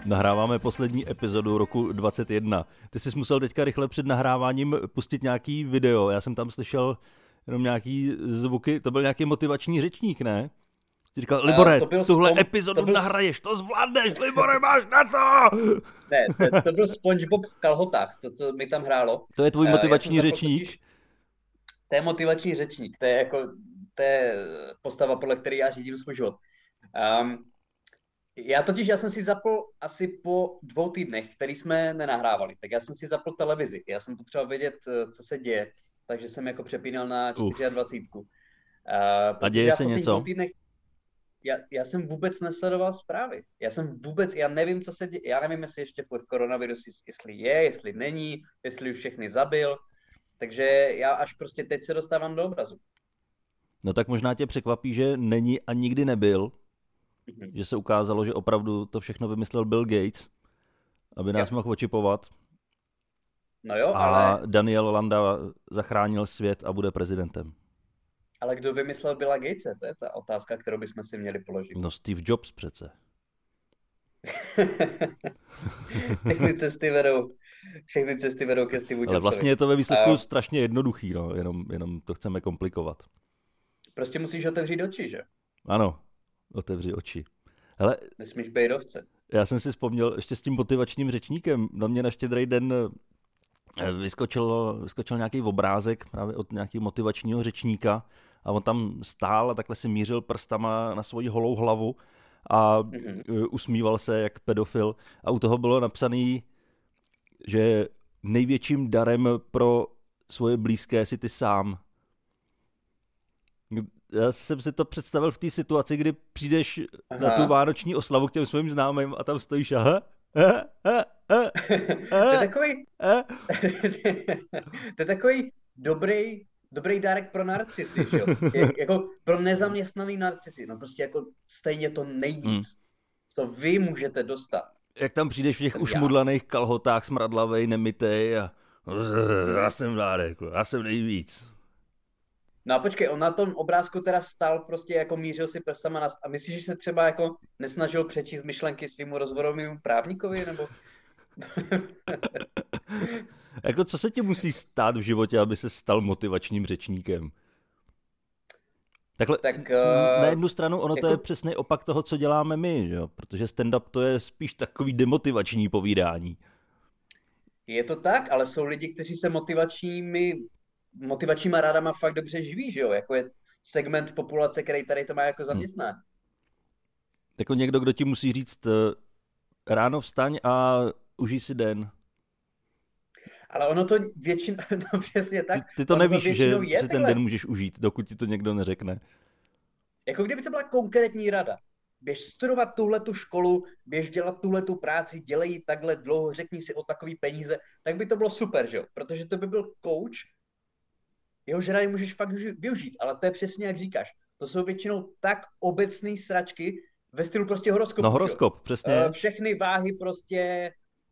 Nahráváme poslední epizodu roku 2021. Ty jsi musel teďka rychle před nahráváním pustit nějaký video. Já jsem tam slyšel jenom nějaký zvuky. To byl nějaký motivační řečník, ne? Ty říkal, Libore, tuhle epizodu nahraješ, to zvládneš, Libore, máš na to! Ne, to byl SpongeBob v kalhotách, to, co mi tam hrálo. To je tvůj motivační řečník? To je motivační řečník, to je postava, podle které já řídím svůj život. Já jsem si zapl asi po 2 týdnech, který jsme nenahrávali, tak já jsem si zapl televizi. Já jsem potřeboval vědět, co se děje, takže jsem jako přepínal na 24. A děje se něco? Já jsem vůbec nesledoval zprávy. Já nevím, co se děje. Já nevím, jestli ještě furt koronavirus, jestli není, jestli už všechny zabil. Takže já až prostě teď se dostávám do obrazu. No tak možná tě překvapí, že není a nikdy nebyl. Že se ukázalo, že opravdu to všechno vymyslel Bill Gates, aby nás mohl očipovat. No jo, a Daniel Landa zachránil svět a bude prezidentem. Ale kdo vymyslel Billa Gatese? To je ta otázka, kterou bychom si měli položit. No Steve Jobs přece. Všechny cesty vedou ke Steve Jobsovi. Ale vlastně je to ve výsledku strašně jednoduchý, no, jenom to chceme komplikovat. Prostě musíš otevřít oči, že? Ano, otevři oči. Hele, nesmíš být ovce. Já jsem si vzpomněl ještě s tím motivačním řečníkem. Na mě na Štědrý den vyskočil nějaký obrázek právě od nějakého motivačního řečníka a on tam stál a takhle si mířil prstama na svoji holou hlavu a usmíval se jak pedofil a u toho bylo napsané, že největším darem pro svoje blízké si ty sám. Já jsem si to představil v té situaci, kdy přijdeš na tu vánoční oslavu k těm svým známým a tam stojíš a To je takový dobrý dárek pro narcisy, že jo? Jako pro nezaměstnaný narcisy, no prostě jako stejně to nejvíc, co vy můžete dostat. Jak tam přijdeš v těch ušmudlaných kalhotách, smradlavej, nemitej a já jsem dárek, já jsem nejvíc. No a počkej, on na tom obrázku teda stál prostě jako mířil si prstama nás a myslíš, že se třeba jako nesnažil přečíst myšlenky svýmu rozvodovému právníkovi, nebo? Jako co se ti musí stát v životě, aby se stal motivačním řečníkem? Takhle, tak, na jednu stranu ono to je přesný opak toho, co děláme my, jo? Protože stand-up to je spíš takový demotivační povídání. Je to tak, ale jsou lidi, kteří se motivačníma rádama fakt dobře živí, že jo? Jako je segment populace, který tady to má jako zaměstnání. Jako někdo, kdo ti musí říct ráno vstaň a užij si den. Ale ono to většinou, no přesně tak. Ty to nevíš, že si ten den můžeš užít, dokud ti to někdo neřekne. Jako kdyby to byla konkrétní rada. Běž studovat tuhletu školu, běž dělat tuhletu práci, dělej ji takhle dlouho, řekni si o takový peníze, tak by to bylo super, že jo? Protože to by byl coach, jehož rady můžeš fakt využít, ale to je přesně jak říkáš. To jsou většinou tak obecné sračky ve stylu prostě horoskopu. No horoskop, přesně. Všechny váhy prostě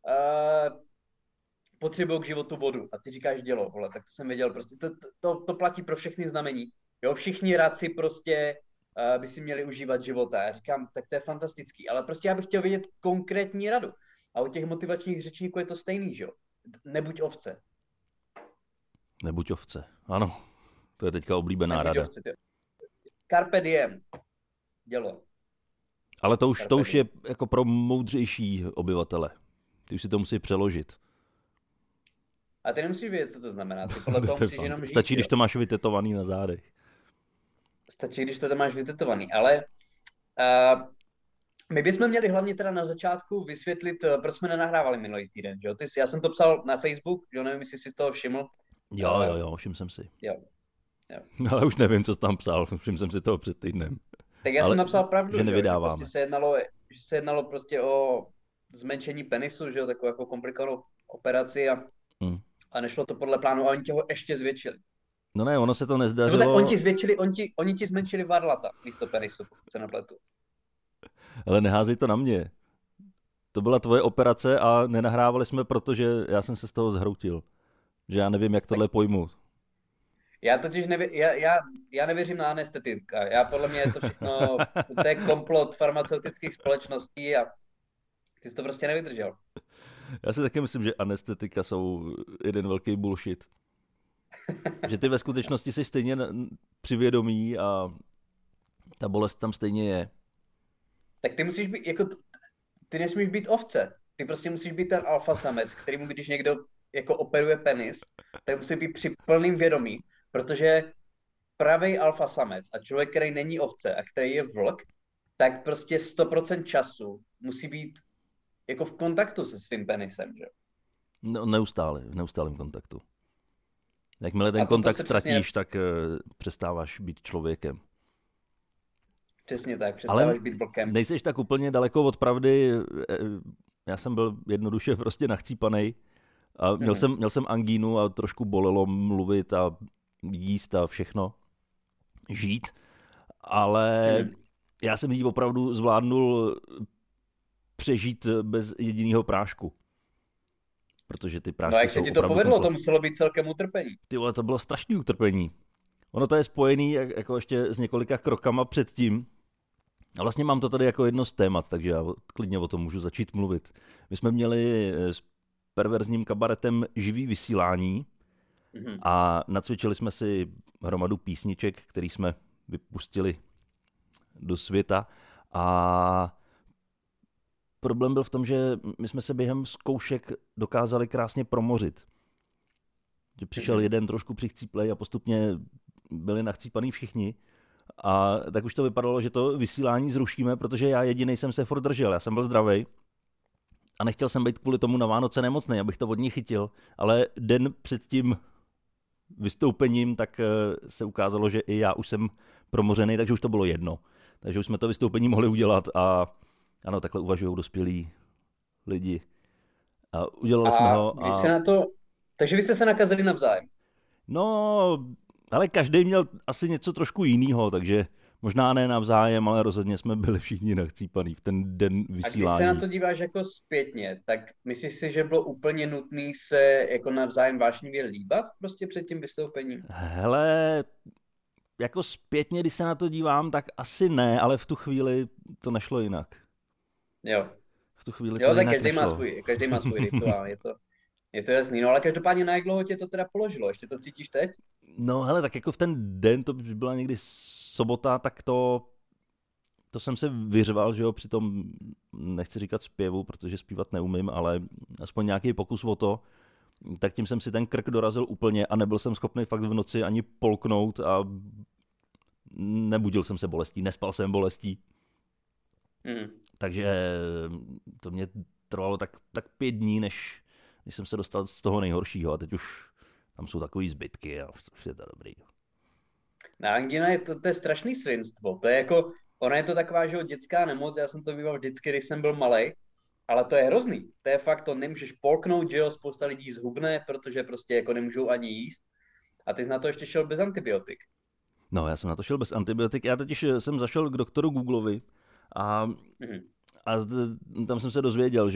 potřebují k životu vodu. A ty říkáš dělo, vole, tak to jsem věděl. Prostě to platí pro všechny znamení. Jo, všichni radci prostě by si měli užívat života. Já říkám, tak to je fantastický. Ale prostě já bych chtěl vědět konkrétní radu. A u těch motivačních řečníků je to stejný, že jo. Nebuď ovce. Nebuď ovce, ano. To je teďka oblíbená rada. Ovce, Carpe diem. Dělo. Ale to už je jako pro moudřejší obyvatele. Ty už si to musí přeložit. A ty nemusíš vědět, co to znamená. Ty podle toho musíš jenom žít. Stačí, když to máš vytetovaný na zádech. Stačí, když to máš vytetovaný. Ale my bychom měli hlavně teda na začátku vysvětlit, proč jsme nenahrávali minulý týden. Že? Já jsem to psal na Facebook, jo, nevím, jestli jsi z toho všiml. Jo, všiml jsem si. Jo. Ale už nevím, co jsi tam psal, všiml jsem si toho před týdnem. Tak já jsem napsal pravdu, že nevydáváme. Prostě se jednalo prostě o zmenšení penisu, že jo, takovou jako komplikovanou operaci a nešlo to podle plánu a oni tě ho ještě zvětšili. No ne, ono se to nezdařilo. No tak oni ti zmenšili varlata místo penisu, pokud se nepletu. Ale neházej to na mě. To byla tvoje operace a nenahrávali jsme, protože já jsem se z toho zhroutil. Že já nevím, jak tohle pojmu. Já totiž já nevěřím na anestetika. Podle mě je to všechno, to je komplot farmaceutických společností a Ty jsi to prostě nevydržel. Já si taky myslím, že anestetika jsou jeden velký bullshit. Že ty ve skutečnosti jsi stejně přivědomí a ta bolest tam stejně je. Tak ty musíš být, jako, ty nesmíš být ovce. Ty prostě musíš být ten alfa samec, kterýmu když někdo jako operuje penis, tak musí být při plným vědomí, protože pravý alfa samec a člověk, který není ovce a který je vlk, tak prostě 100% času musí být jako v kontaktu se svým penisem, že? No, neustále, v neustálém kontaktu. Jakmile ten A kontakt se ztratíš, přesně, tak přestáváš být člověkem. přesně tak, Ale přestáváš být vlkem. nejseš tak úplně daleko od pravdy. Já jsem byl jednoduše prostě nachcípanej a měl jsem angínu a trošku bolelo mluvit a jíst a všechno. Žít. Ale já jsem jí opravdu zvládnul přežít bez jediného prášku. Protože ty prášky No a jak se jsou ti to opravdu povedlo, to muselo být celkem utrpení. Ty vole, to bylo strašný utrpení. Ono to je spojený jako ještě s několika krokama předtím. A vlastně mám to tady jako jedno z témat, takže já klidně o tom můžu začít mluvit. My jsme měli s perverzním kabaretem živý vysílání a nacvičili jsme si hromadu písniček, který jsme vypustili do světa a problém byl v tom, že my jsme se během zkoušek dokázali krásně promořit. Že přišel jeden trošku přichcíplej a postupně byli nachcípaný všichni. A tak už to vypadalo, že to vysílání zrušíme, protože já jedinej jsem se furt držel. Já jsem byl zdravej a nechtěl jsem být kvůli tomu na Vánoce nemocnej, abych to od ní chytil. Ale den před tím vystoupením tak se ukázalo, že i já už jsem promořený, takže už to bylo jedno. Takže už jsme to vystoupení mohli udělat a ano, takhle uvažují dospělí lidi. A udělali jsme ho. Když se na to... Takže vy jste se nakazili navzájem. No, ale každý měl asi něco trošku jiného, takže možná ne navzájem, ale rozhodně jsme byli všichni nachcípaný v ten den vysílání. A když se na to díváš jako zpětně, tak myslíš si, že bylo úplně nutné se jako navzájem vášnivě líbat prostě před tím vystoupením? Hele, jako zpětně, když se na to dívám, tak asi ne, ale v tu chvíli to nešlo jinak. Jo. V tu chvíli jo, to tak jinak každý má svůj rituál, je to jasný. No ale každopádně na jak dlouho tě to teda položilo? Ještě to cítíš teď? No hele, tak jako v ten den, to byla někdy sobota, tak to jsem se vyřval, že jo, přitom nechci říkat zpěvu, protože zpívat neumím, ale aspoň nějaký pokus o to, tak tím jsem si ten krk dorazil úplně a nebyl jsem schopný fakt v noci ani polknout a nebudil jsem se bolestí, nespal jsem bolestí. Takže to mě trvalo tak 5 dní, než jsem se dostal z toho nejhoršího a teď už tam jsou takový zbytky a už je to dobrý. Na angina je to je strašný svinstvo. To je jako, ona je to taková, že dětská nemoc, já jsem to býval vždycky, když jsem byl malej, ale to je hrozný. To je fakt, to nemůžeš polknout, že jo, spousta lidí zhubne, protože prostě jako nemůžou ani jíst. A ty jsi na to ještě šel bez antibiotik. No, já jsem na to šel bez antibiotik. Já totiž jsem zašel k doktoru Googlovi a tam jsem se dozvěděl,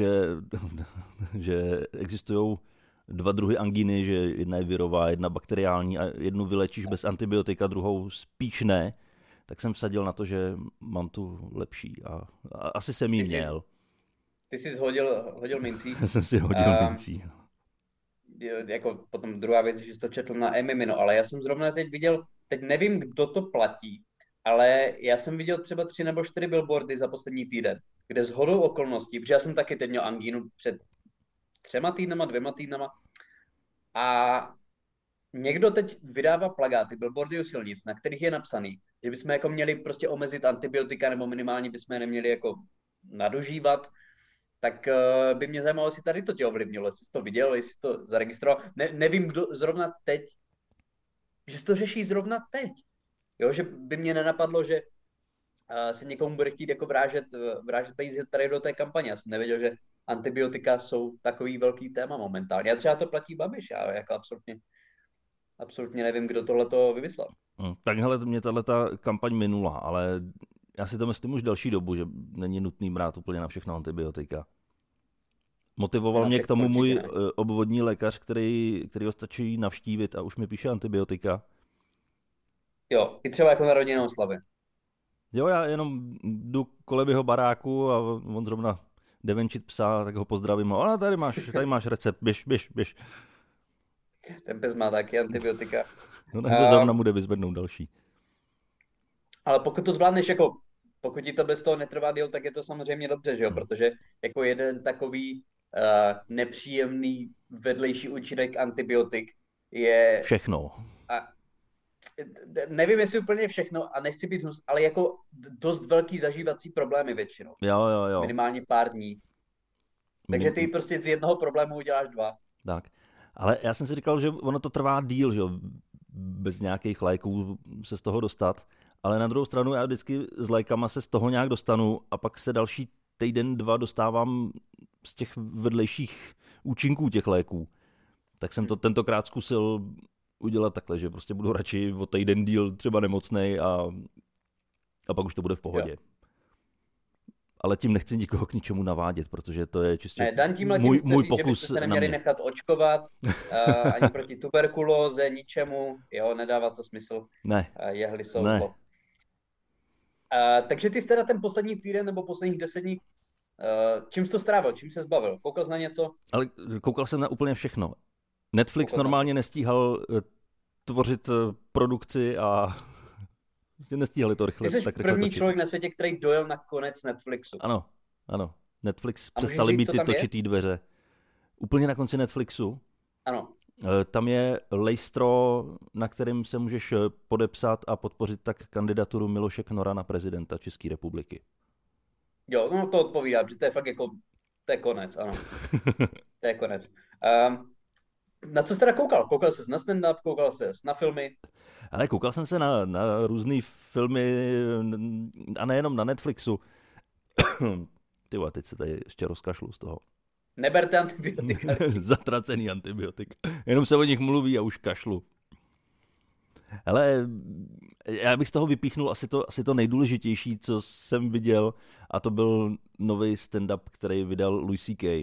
že existují 2 druhy angíny, že jedna je virová, jedna bakteriální a jednu vylečíš bez antibiotika, druhou spíš ne. Tak jsem vsadil na to, že mám tu lepší a asi jsem ji měl. Ty jsi hodil mincí. Já jsem si hodil mincí. Jako potom druhá věc, že jsi to četl na Emimino, ale já jsem zrovna teď viděl, teď nevím, kdo to platí, ale já jsem viděl třeba 3 nebo 4 billboardy za poslední týden, kde shodou okolností, protože já jsem taky teď měl angínu před 3 týdnama, 2 týdnama a někdo teď vydává plakáty, billboardy u silnic, na kterých je napsaný, že bychom jako měli prostě omezit antibiotika nebo minimálně bychom je neměli jako nadužívat, tak by mě zajímalo, jestli tady to tě ovlivnilo, jestli jsi to viděl, jestli jsi to zaregistroval. Nevím, kdo zrovna teď, že se to řeší zrovna teď. Jo, že by mě nenapadlo, že se někomu bude chtít jako vrážet peníze tady do té kampaně. Já jsem nevěděl, že antibiotika jsou takový velký téma momentálně. A třeba to platí Babiš, já jako absolutně nevím, kdo tohleto vymyslel. Tak hele, mě tato kampaň minula, ale já si to myslím už další dobu, že není nutný brát úplně na všechno antibiotika. Motivoval mě k tomu můj obvodní lékař, který ho stačí navštívit a už mi píše antibiotika. Jo, i třeba jako na rodinnou oslavě. Jo, já jenom jdu kolem jeho baráku a on zrovna devenčit psa, tak ho pozdravím. A tady máš recept, běž. Ten pes má taky antibiotika. No ne, to zrovna mu jde vyzvednout další. Ale pokud to zvládneš, jako pokud ti to bez toho netrvá díl, tak je to samozřejmě dobře, že jo? Protože jako jeden takový nepříjemný vedlejší účinek antibiotik je... Všechno. Nevím, jestli úplně všechno a nechci být hnus, ale jako dost velký zažívací problémy většinou. Jo. Minimálně pár dní. Takže ty prostě z jednoho problému uděláš 2. Tak. Ale já jsem si říkal, že ono to trvá díl, že bez nějakých léků se z toho dostat. Ale na druhou stranu já vždycky s lékama se z toho nějak dostanu a pak se další týden, 2 dostávám z těch vedlejších účinků těch léků. Tak jsem to tentokrát zkusil udělat takhle, že prostě budu radši o týden díl třeba nemocnej a pak už to bude v pohodě. Jo. Ale tím nechci nikoho k ničemu navádět, protože to je čistě můj pokus. Že byste se neměli nechat očkovat ani proti tuberkulóze, ničemu. Jo, nedává to smysl. Ne. Jehly jsou zlo. Takže ty jsi teda ten poslední týden nebo posledních 10 dní, čím jsi to strávil, čím se zbavil? Koukal jsi na něco? Ale koukal jsem na úplně všechno. Netflix normálně nestíhal tvořit produkci a nestíhali to rychle. Ty jsi první člověk na světě, který dojel na konec Netflixu. Ano. Netflix přestali být ty točitý dveře. Úplně na konci Netflixu. Ano. Tam je lejstro, na kterém se můžeš podepsat a podpořit tak kandidaturu Miloše Knora na prezidenta České republiky. Jo, no to odpovídá, protože to je fakt jako, to je konec, ano. To je konec. Na co jsi teda koukal? Koukal jsi na stand-up, koukal jsi na filmy? Ale koukal jsem se na různé filmy a nejenom na Netflixu. Tyva, teď se tady ještě rozkašlu z toho. Neberte antibiotika. Zatracený antibiotik. Jenom se o nich mluví a už kašlu. Ale já bych z toho vypíchnul asi to nejdůležitější, co jsem viděl, a to byl nový stand-up, který vydal Louis C.K.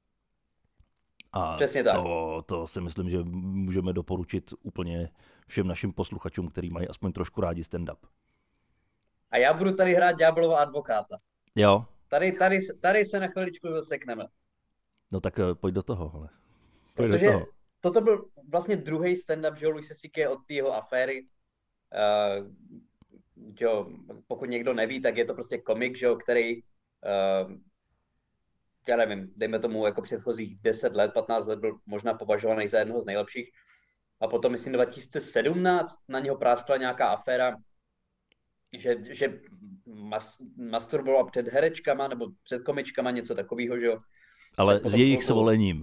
A přesně tak. To si myslím, že můžeme doporučit úplně všem našim posluchačům, kteří mají aspoň trošku rádi stand-up. A já budu tady hrát ďáblova advokáta. Jo. Tady se na chviličku zasekneme. No tak pojď do toho, hele. Protože toto byl vlastně druhý stand-up, že Louis C.K. od té jeho aféry. Pokud někdo neví, tak je to prostě komik, že, který já nevím, dejme tomu jako předchozích 10 let, 15 let byl možná považovaný za jednoho z nejlepších. A potom, myslím, 2017 na něho práskla nějaká aféra, že masturboval před herečkama nebo před komičkama, něco takového, že jo. Ale s jejich svolením.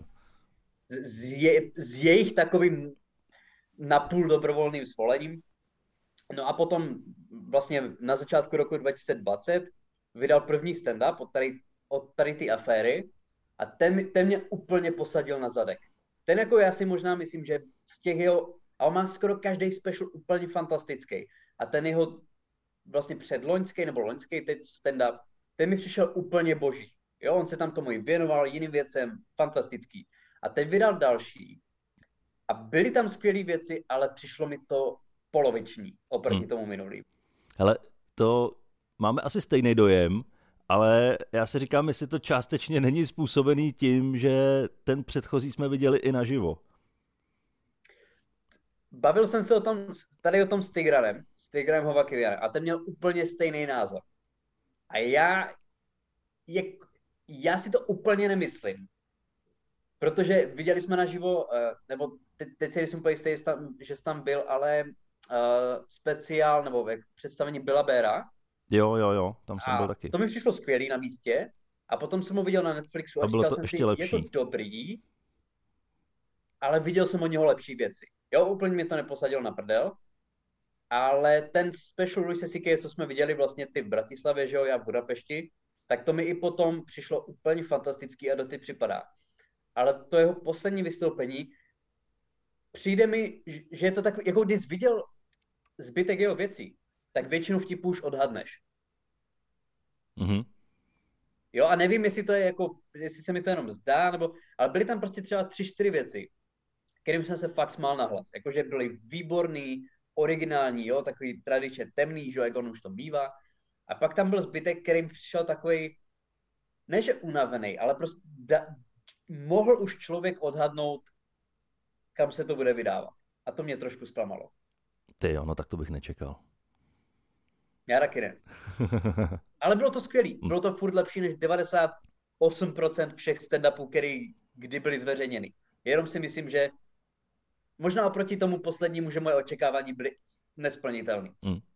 S jejich takovým napůl dobrovolným svolením. No a potom vlastně na začátku roku 2020 vydal první stand-up od tady ty aféry a ten mě úplně posadil na zadek. Ten jako já si možná myslím, že z těch jeho, a on má skoro každý special úplně fantastický. A ten jeho vlastně předloňský nebo loňský teď stand-up, ten mi přišel úplně boží. Jo, on se tam tomu i věnoval jiným věcem, fantastický. A teď vydal další. A byly tam skvělé věci, ale přišlo mi to poloviční oproti tomu minulým. Hele, to máme asi stejný dojem, ale já si říkám, jestli to částečně není způsobený tím, že ten předchozí jsme viděli i naživo. Bavil jsem se o tom s Tigranem Hovakivianem a ten měl úplně stejný názor. A já si to úplně nemyslím. Protože viděli jsme naživo, nebo teď si nejsem úplně jistý, že jsi tam byl, ale speciál, nebo představení Billa Beara. Jo, tam jsem byl taky. To mi přišlo skvělý na místě a potom jsem ho viděl na Netflixu a říkal jsem si, lepší. Je to dobrý, ale viděl jsem od něho lepší věci. Jo, úplně mě to neposadil na prdel, ale ten special Louise C.K., co jsme viděli vlastně ty v Bratislavě, že jo, já v Budapešti, tak to mi i potom přišlo úplně fantastický a doteď připadá. Ale to jeho poslední vystoupení, přijde mi, že je to takový, jako když jsi viděl zbytek jeho věcí, tak většinu vtipů už odhadneš. Mm-hmm. Jo, a nevím, jestli to je jako, jestli se mi to jenom zdá, nebo, ale byly tam prostě třeba 3-4 věci, kterým jsem se fakt smál nahlas. Jakože byly výborný, originální, jo, takový tradičně temný, že jak on už to mívá. A pak tam byl zbytek, kterým přišel takový, ne že unavený, ale prostě mohl už člověk odhadnout, kam se to bude vydávat. A to mě trošku zklamalo. Ty jo, no tak to bych nečekal. Já taky ne. Ale bylo to skvělý. Bylo to furt lepší než 98% všech stand-upů, který kdy byly zveřejněny. Jenom si myslím, že možná oproti tomu poslednímu, že moje očekávání byly nesplnitelné.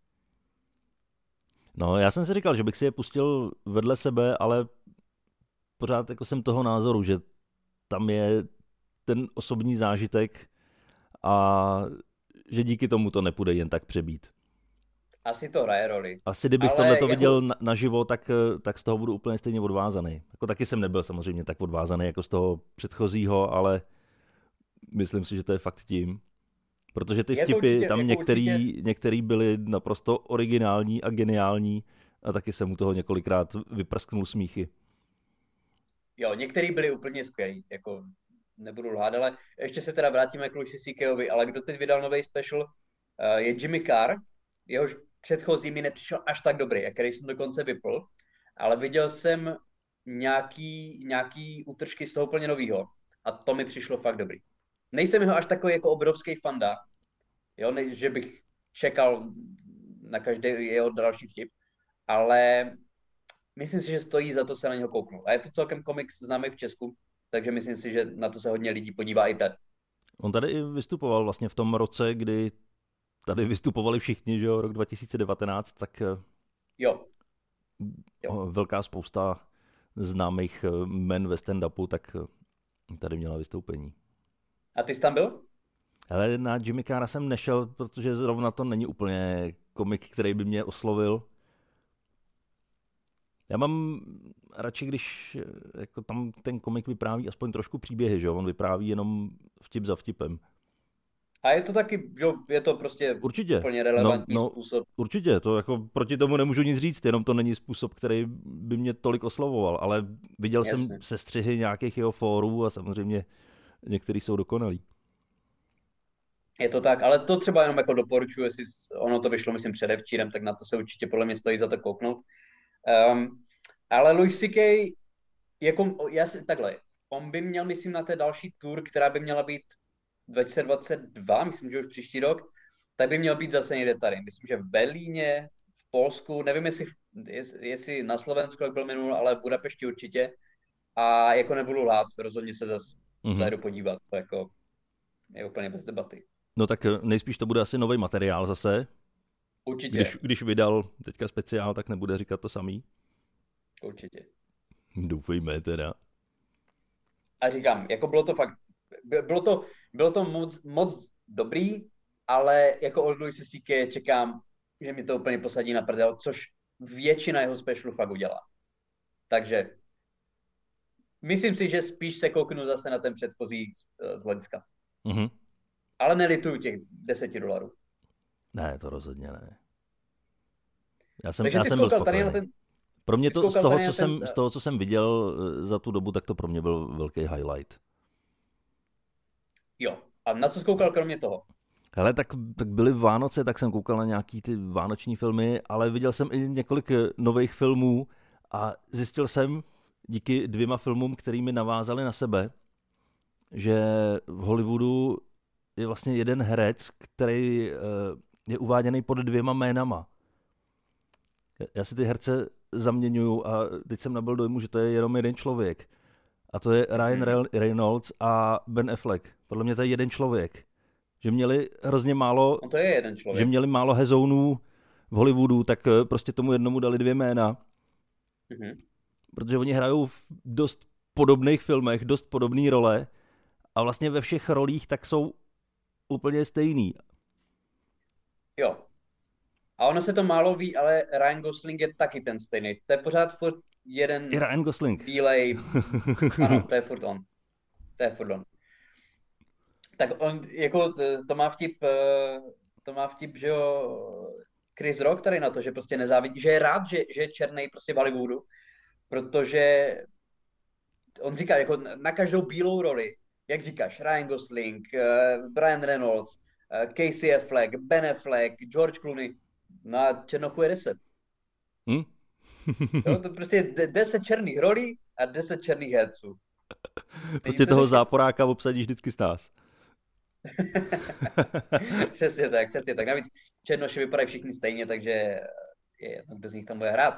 No, já jsem si říkal, že bych si je pustil vedle sebe, ale pořád jako jsem toho názoru, že tam je ten osobní zážitek a že díky tomu to nepůjde jen tak přebít. Asi to hraje roli. Asi kdybych tohleto viděl naživo, tak z toho budu úplně stejně odvázaný. Jako taky jsem nebyl samozřejmě tak odvázaný jako z toho předchozího, ale myslím si, že to je fakt tím. Protože ty vtipy určitě, tam některý byly naprosto originální a geniální a taky jsem u toho několikrát vyprsknul smíchy. Jo, některý byli úplně skvělí, jako nebudu lhát, ale ještě se teda vrátíme k Louisi C.K.ovi, ale kdo teď vydal nový special, je Jimmy Carr, jehož předchozí mi nepřišel až tak dobrý, a který jsem dokonce vypl, ale viděl jsem nějaký útržky z toho úplně novýho a to mi přišlo fakt dobrý. Nejsem jeho až takový jako obrovský fanda, jo, že bych čekal na každý jeho další vtip, ale myslím si, že stojí za to se na něho kouknout. A je to celkem komiks známý v Česku, takže myslím si, že na to se hodně lidí podívá i teď. On tady i vystupoval vlastně v tom roce, kdy tady vystupovali všichni, že jo, rok 2019, tak jo. Velká spousta známých men ve stand-upu, tak tady měla vystoupení. A ty jsi tam byl? Ale na Jimmy Carra jsem nešel, protože zrovna to není úplně komik, který by mě oslovil. Já mám radši, když jako tam ten komik vypráví aspoň trošku příběhy, že jo? On vypráví jenom vtip za vtipem. A je to taky, že je to prostě určitě. Úplně relevantní způsob. Určitě, to jako proti tomu nemůžu nic říct, jenom to není způsob, který by mě tolik oslovoval, ale viděl jsem sestřihy nějakých jeho fórů a samozřejmě některý jsou dokonalí. Je to tak, ale to třeba jenom jako doporučuji, jestli ono to vyšlo, myslím, předevčírem, tak na to se určitě podle mě stojí za to kouknout. Ale Louis C.K. jako, takhle, on by měl, myslím, na té další tour, která by měla být 2022, myslím, že už příští rok, tak by měl být zase někde tady. Myslím, že v Berlíně, v Polsku, nevím, jestli na Slovensku, jak byl minul, ale v Budapešti určitě. A jako nebudu lhát, rozhodně se zase zajdu podívat. To jako je úplně bez debaty. No tak nejspíš to bude asi nový materiál zase. Určitě. Když vydal teďka speciál, tak nebude říkat to samý. Určitě. Doufejme teda. A říkám, jako bylo to fakt, bylo to moc dobrý, ale jako od Louise C.K. čekám, že mi to úplně posadí na prdel, což většina jeho specialů fakt udělá. Takže myslím si, že spíš se kouknu zase na ten předchozí z hlediska. Mm-hmm. Ale nelituju těch $10. Ne, to rozhodně ne. Já jsem byl spokojený. Pro mě to z toho, co jsem viděl za tu dobu, tak to pro mě byl velký highlight. Jo. A na co jsi koukal kromě toho? Hele, tak byly Vánoce, tak jsem koukal na nějaký ty vánoční filmy, ale viděl jsem i několik nových filmů a zjistil jsem díky 2 filmům, kterými navázali na sebe, že v Hollywoodu je vlastně jeden herec, který je uváděný pod 2 jménama. Já si ty herce zaměňuju a teď jsem nabyl dojmu, že to je jenom jeden člověk. A to je Ryan Reynolds a Ben Affleck. Podle mě to je jeden člověk. Že měli hrozně málo... No to je jeden člověk. Že měli málo hezounů v Hollywoodu, tak prostě tomu jednomu dali 2 jména. Mm-hmm. Protože oni hrajou v dost podobných filmech, dost podobné role a vlastně ve všech rolích tak jsou úplně stejný. Jo. A ono se to málo ví, ale Ryan Gosling je taky ten stejný. To je pořád furt jeden... I Ryan Gosling. Bílej. Ano, to je furt on. Tak on, jako to má vtip, že jo, Chris Rock tady na to, že prostě nezávidí, že je rád, že je černej prostě v Hollywoodu, protože on říká, jako na každou bílou roli, jak říkáš, Ryan Gosling, Ryan Reynolds, Casey Affleck, Ben Affleck, George Clooney, na černochu je 10. Jo, to prostě 10 černých rolí a 10 černých herců. Prostě toho záporáka obsadíš vždycky s nás. Přesně tak, přesně tak. Navíc černoši vypadají všichni stejně, takže je jedno, kdo z nich tam bude hrát.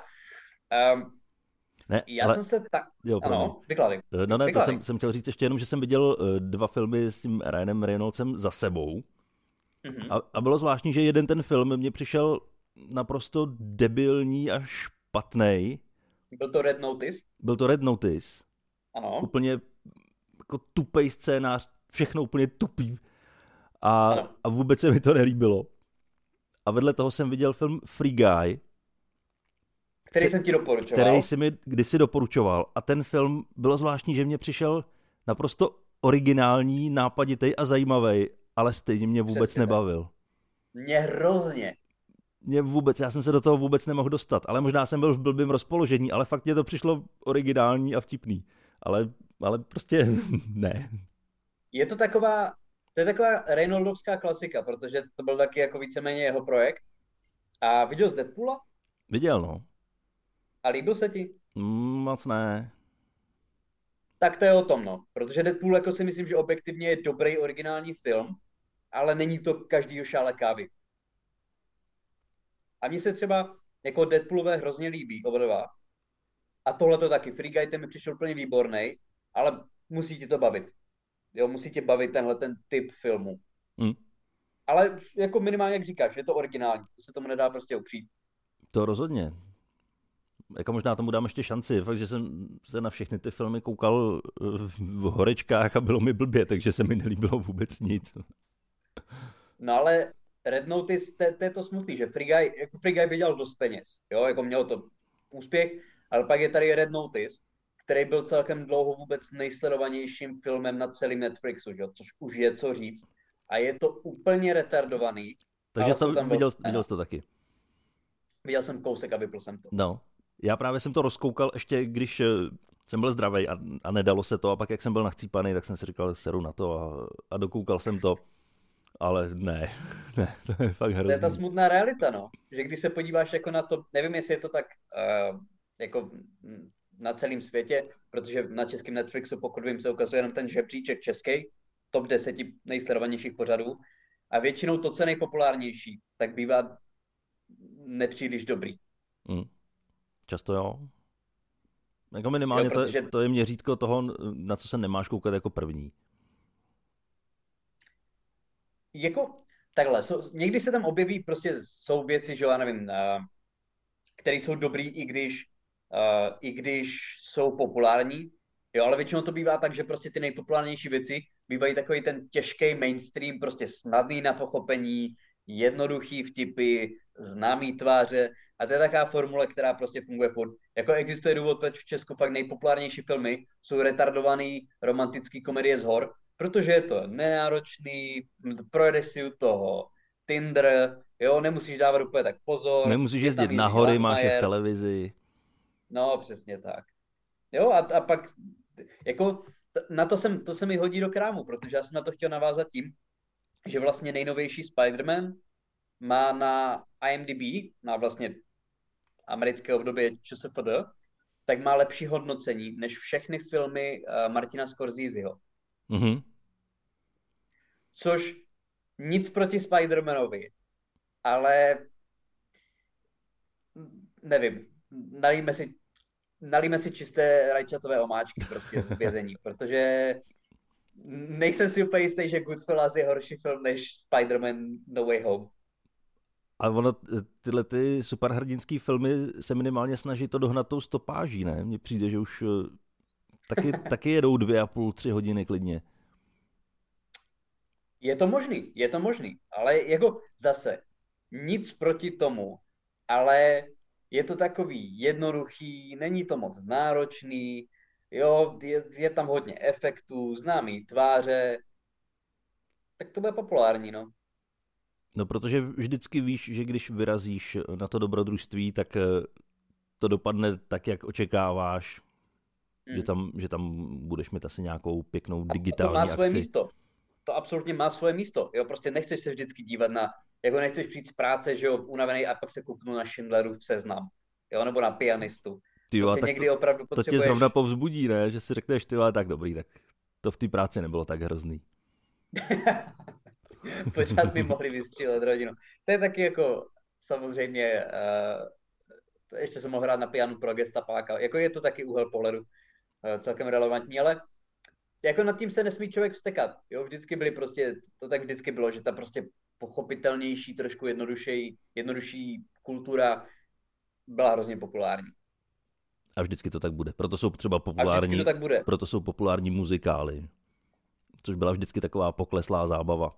Ne, já jsem se tak... Jo, ano, vykládej. No ne, vykládej. To jsem chtěl říct ještě jenom, že jsem viděl 2 filmy s tím Ryanem Reynoldsem za sebou. Mm-hmm. A bylo zvláštní, že jeden ten film mně přišel naprosto debilní a špatnej. Byl to Red Notice? Byl to Red Notice. Ano. Úplně jako tupej scénář, všechno úplně tupý. A vůbec se mi to nelíbilo. A vedle toho jsem viděl film Free Guy. Který jsem ti doporučoval. Který jsi mi kdysi doporučoval. A ten film bylo zvláštní, že mě přišel naprosto originální, nápaditej a zajímavý, ale stejně mě vůbec Přesně nebavil. Mě hrozně. Já jsem se do toho vůbec nemohl dostat, ale možná jsem byl v blbým rozpoložení, ale fakt mě to přišlo originální a vtipný. Ale prostě ne. Je to taková Reynoldovská klasika, protože to byl taky jako víceméně jeho projekt. A viděl jsi Deadpoola? Viděl, no. A líbil se ti? Moc ne. Tak to je o tom, no. Protože Deadpool jako si myslím, že objektivně je dobrý originální film, ale není to každýho šále kávy. A mně se třeba jako Deadpoolové hrozně líbí, oba dva. A tohle to taky. Free Guy ten mi přišel úplně výborný, ale musí ti to bavit. Jo, musí tě bavit ten typ filmu. Ale jako minimálně, jak říkáš, je to originální. To se tomu nedá prostě upřít. To rozhodně. Jako možná tomu dám ještě šanci. Fakt, že jsem se na všechny ty filmy koukal v horečkách a bylo mi blbě, takže se mi nelíbilo vůbec nic. No ale Red Notice, to je to smutný, že Free Guy vydělal dost peněz. Jo, jako mělo to úspěch, ale pak je tady Red Notice, který byl celkem dlouho vůbec nejsledovanějším filmem na celém Netflixu, že? Což už je co říct. A je to úplně retardovaný. Takže viděl jsi to taky? Viděl jsem kousek a vypl jsem to. No, já právě jsem to rozkoukal ještě, když jsem byl zdravý a nedalo se to. A pak, jak jsem byl nachcípaný, tak jsem si říkal, seru na to a dokoukal jsem to. Ale ne, to je fakt hrozný. To je ta smutná realita, no. Že když se podíváš jako na to, nevím, jestli je to tak jako na celém světě, protože na českém Netflixu, pokud vím, se ukazuje jenom ten žebříček český, top 10 nejsledovanějších pořadů. A většinou to, co je nejpopulárnější, tak bývá nepříliš dobrý. Často jo. Jako minimálně jo, to je měřítko toho, na co se nemáš koukat jako první. Jako takhle, někdy se tam objeví, prostě jsou věci, že já nevím, které jsou dobrý, i když jsou populární, jo, ale většinou to bývá tak, že prostě ty nejpopulárnější věci bývají takový ten těžký mainstream, prostě snadný na pochopení, jednoduchý vtipy, známý tváře a to je taková formule, která prostě funguje furt. Jako existuje důvod, proč v Česku fakt nejpopulárnější filmy jsou retardovaný romantický komedie z hor, protože je to nenáročný, projedeš si u toho Tinder, jo, nemusíš dávat úplně tak pozor. Nemusíš jezdit na hory, máš je v televizi. No, přesně tak. Jo, a pak, jako, na to se mi hodí do krámu, protože já jsem na to chtěl navázat tím, že vlastně nejnovější Spider-Man má na IMDb, na vlastně americké období ČSFD, tak má lepší hodnocení než všechny filmy Martina Scorseseho. Mm-hmm. Což nic proti Spider-Manovi, ale nevím, nalíme si čisté rajčatové omáčky prostě z vězení, protože nejsem si úplně jistý, že Goodfellas je horší film než Spider-Man No Way Home. A ono, tyhle ty superhrdinský filmy se minimálně snaží to dohnat tou stopáží, ne? Mně přijde, že už taky jedou 2,5-3 hodiny klidně. Je to možný, ale jako zase nic proti tomu, ale je to takový jednoduchý, není to moc náročný, jo, je tam hodně efektů, známý tváře, tak to bude populární, no. No, protože vždycky víš, že když vyrazíš na to dobrodružství, tak to dopadne tak, jak očekáváš, že tam budeš mít asi nějakou pěknou digitální akci. To má svoje místo. To absolutně má svoje místo. Jo, prostě nechceš se vždycky dívat jako nechceš přijít z práce, že jo, unavený a pak se kouknu na Schindlerův seznam, jo, nebo na Pianistu. Tyjo, Prostě tak někdy opravdu to tě potřebuješ... zrovna povzbudí, ne? Že si řekneš, tyjo, tak dobrý, tak to v té práci nebylo tak hrozný. Pořád by mohli vystřílet rodinu. To je taky jako samozřejmě, to ještě jsem mohl hrát na pianu pro gestapáka, jako je to taky úhel pohledu celkem relevantní, ale jako nad tím se nesmí člověk vztekat. Jo, vždycky byly prostě, to tak vždycky bylo, že ta prostě pochopitelnější, trošku jednodušší kultura byla hrozně populární. A vždycky to tak bude. Proto jsou třeba A vždycky to tak bude. proto jsou populární muzikály. Což byla vždycky taková pokleslá zábava.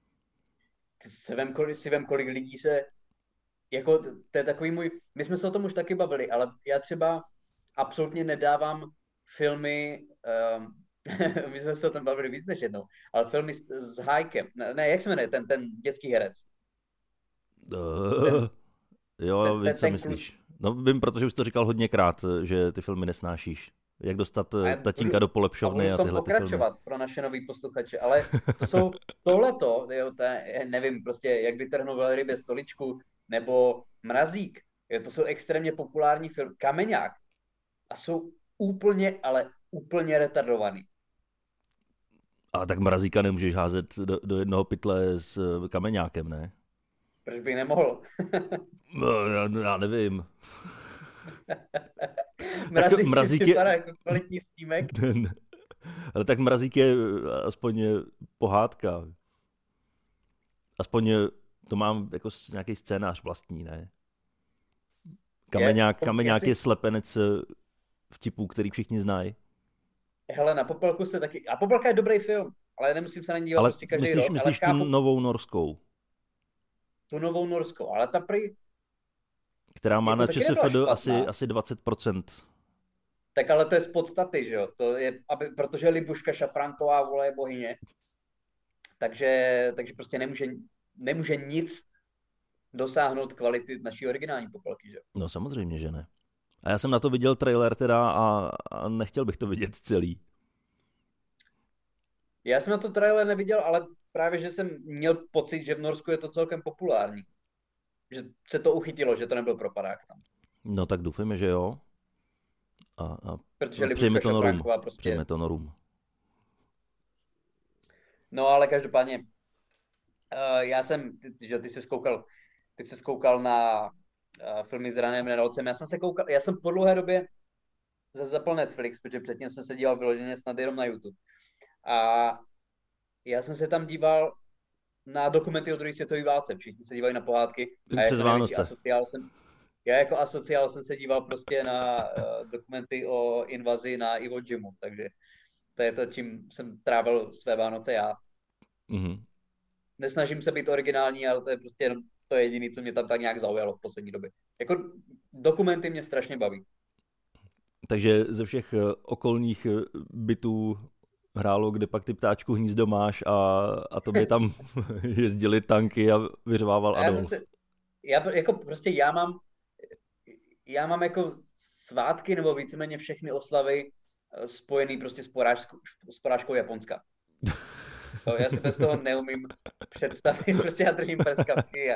Si vem, kolik lidí se, jako to je takový můj, my jsme se o tom už taky bavili, ale já třeba absolutně nedávám filmy, my jsme se o tom bavili víc než jednou, ale filmy s Hájkem, ne, jak se jmenuje, ten dětský herec. Jo, vím, co myslíš. No vím, protože už to říkal hodněkrát, že ty filmy nesnášíš. Jak dostat tatínka do polepšovny a tyhle pokračovat filmy. pro naše nový posluchače, ale to jsou tohleto, nevím, prostě jak vytrhnout velrybě stoličku, nebo Mrazík, jo, to jsou extrémně populární film, Kameňák, a jsou úplně, ale úplně retardovaný. A tak Mrazíka nemůžeš házet do jednoho pytle s Kameňákem, ne? Proč bych nemohl? No, já nevím. Mrazík je jako kvalitní snímek. Ale tak Mrazík je aspoň pohádka. Aspoň to mám jako nějaký scénář vlastní, ne? Kameňák je slepenec vtipů, který všichni znají. Hele, na Popelku se taky... A Popelka je dobrý film, ale nemusím se na ní dívat prostě každý rok. Myslíš tu novou norskou? Tu novou norskou, ale ta prý... Která má na ČSFD asi 20%. Tak ale to je z podstaty, že jo? To je, protože Libuška Šafránková, vole, je bohyně. Takže prostě nemůže nic dosáhnout kvality naší originální Popelky, že jo? No samozřejmě, že ne. A já jsem na to viděl trailer teda a nechtěl bych to vidět celý. Já jsem na to trailer neviděl, ale právě, že jsem měl pocit, že v Norsku je to celkem populární. Že se to uchytilo, že to nebyl propadák tam. No tak doufujeme, že jo. Protože Libuška Šafránková prostě... Přejme to Norům. No ale každopádně, ty jsi koukal na filmy s Ryanem Reynoldsem. Já jsem po dlouhé době zapl Netflix, protože předtím jsem se díval vyloženě snad jenom na YouTube. A já jsem se tam díval na dokumenty o druhé světové válce. Všichni se dívají na pohádky. A přes Vánoce. Já jako asociál jsem se díval prostě na dokumenty o invazi na Iwo Jimu, takže to je to, čím jsem trávil své Vánoce já. Mm-hmm. Nesnažím se být originální, ale to je prostě jenom to jediné, co mě tam tak nějak zaujalo v poslední době. Jako dokumenty mě strašně baví. Takže ze všech okolních bytů hrálo, kde pak ty ptáčku hnízdo máš a tobě tam jezdili tanky a vyřvával Adolf. Já mám jako svátky nebo víceméně všechny oslavy spojený prostě s porážkou Japonska. Já si bez toho neumím představit, prostě já držím prskavky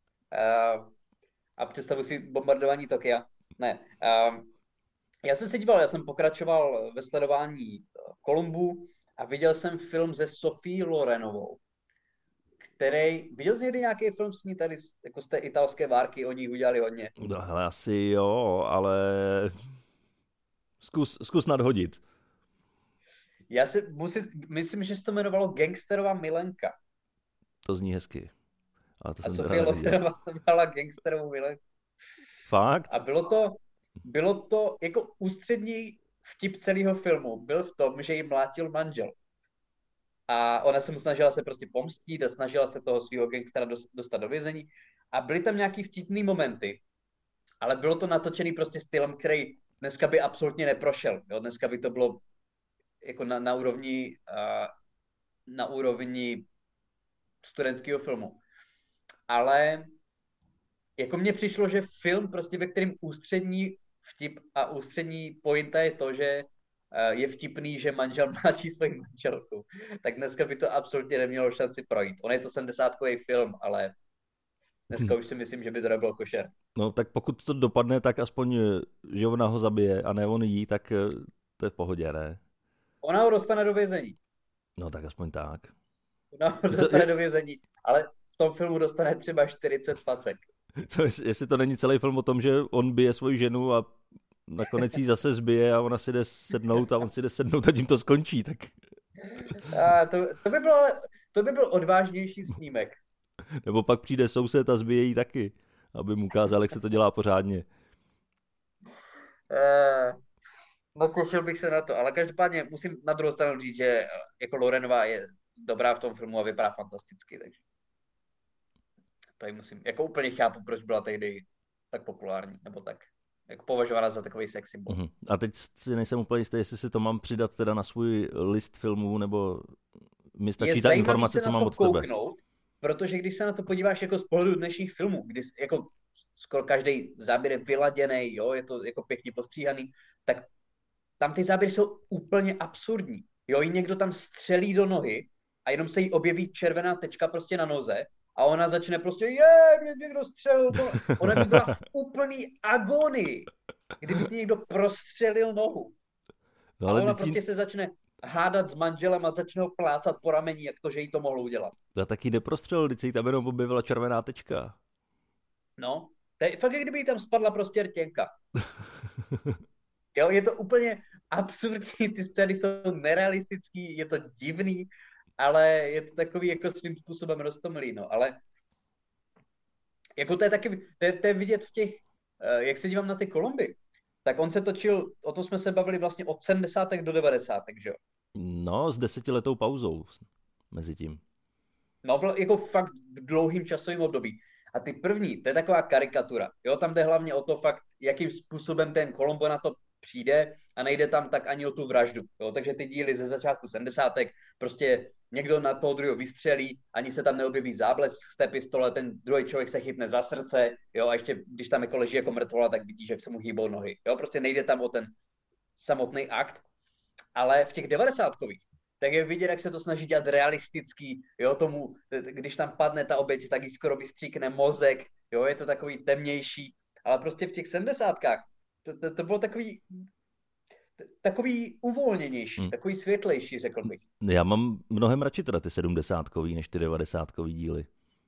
a představuji si bombardování Tokia. Ne. Já jsem pokračoval ve sledování Kolumbu a viděl jsem film se Sophie Lorenovou, viděl jsi někdy nějaký film s ní tady, jako z té italské várky, oni udělali hodně? No hele, asi jo, ale zkus nadhodit. Myslím, že se to jmenovalo Gangsterová milenka. To zní hezky. A Sofie Lorenová to měla gangsterovou milenku. Fakt? A bylo to jako ústřední vtip celého filmu. Byl v tom, že jí mlátil manžel. A ona se mu snažila se prostě pomstít a snažila se toho svého gangstera dostat do vězení. A byly tam nějaký vtipný momenty, ale bylo to natočený prostě stylem, který dneska by absolutně neprošel. Jo? Dneska by to bylo jako na úrovni studentského filmu. Ale jako mně přišlo, že film prostě, ve kterém ústřední vtip a ústřední pointa je to, že je vtipný, že manžel mlátí svoji manželku, tak dneska by to absolutně nemělo šanci projít. On je to 70kový film, ale Dneska už si myslím, že by to nebylo košer. No tak pokud to dopadne, tak aspoň, že ona ho zabije a ne on jí, tak to je v pohodě, ne? Ona ho dostane do vězení. No tak aspoň tak. Ona ho dostane do vězení, ale v tom filmu dostane třeba 40 pacek. Jestli to není celý film o tom, že on bije svoji ženu a nakonec jí zase zbije a ona si jde sednout a on si jde sednout a tím to skončí, tak... A to by byl odvážnější snímek. Nebo pak přijde soused a zbije jí taky, aby mu ukázal, jak se to dělá pořádně. No těšil bych se na to, ale každopádně musím na druhou stranu říct, že jako Lorenová je dobrá v tom filmu a vypadá fantasticky, takže to ji musím, jako úplně chápu, proč byla tehdy tak populární, nebo tak, jako považována za takový sex symbol. A teď si nejsem úplně jistý, jestli si to mám přidat teda na svůj list filmů, nebo mi stačí ta informace, co mám od tebe. Protože když se na to podíváš jako z pohledu dnešních filmů, kdy jako skoro každý záběr je vyladěný, jo, je to jako pěkně postříhaný, tak tam ty záběry jsou úplně absurdní. Jo, jí někdo tam střelí do nohy a jenom se jí objeví červená tečka prostě na noze a ona začne prostě, mě někdo střelil. Ona by byla v úplný agonii, kdyby ti někdo prostřelil nohu. No, ale a ona prostě se začne hádat s manželem a začne ho plácat po rameni, jak to, že jí to mohlo udělat. Já taky neprostřelil, když se jí tam jenom objevila červená tečka. No, to je fakt, jak kdyby jí tam spadla prostě rtěnka. Jo, je to úplně absurdní, ty scény jsou nerealistický, je to divný, ale je to takový jako svým způsobem roztomilý, no, ale jako to je taky, to je vidět v těch, jak se dívám na ty Kolumby, tak on se točil, o tom jsme se bavili vlastně od 70. do 90. že jo? No, s 10letou pauzou mezi tím. No, bylo jako fakt v dlouhým časovým období. A ty první, to je taková karikatura, jo, tam jde hlavně o to fakt, jakým způsobem ten Columbo na to přijde a nejde tam tak ani o tu vraždu, jo, takže ty díly ze začátku 70. prostě někdo na toho druhého vystřelí, ani se tam neobjeví záblesk z té pistole, ten druhý člověk se chytne za srdce, jo, a ještě když tam jako leží jako mrtvola, tak vidíš, jak se mu hýbou nohy, jo, prostě nejde tam o ten samotný akt, ale v těch 90kových, tak je vidět, jak se to snaží dělat realistický, jo, tomu, když tam padne ta oběť, tak jí skoro vystříkne mozek, jo, je to takový temnější, ale prostě v těch 70kách to bylo takový uvolněnější, takový světlejší, řekl bych. Já mám mnohem radši teda ty 70kový než ty 90kový díly.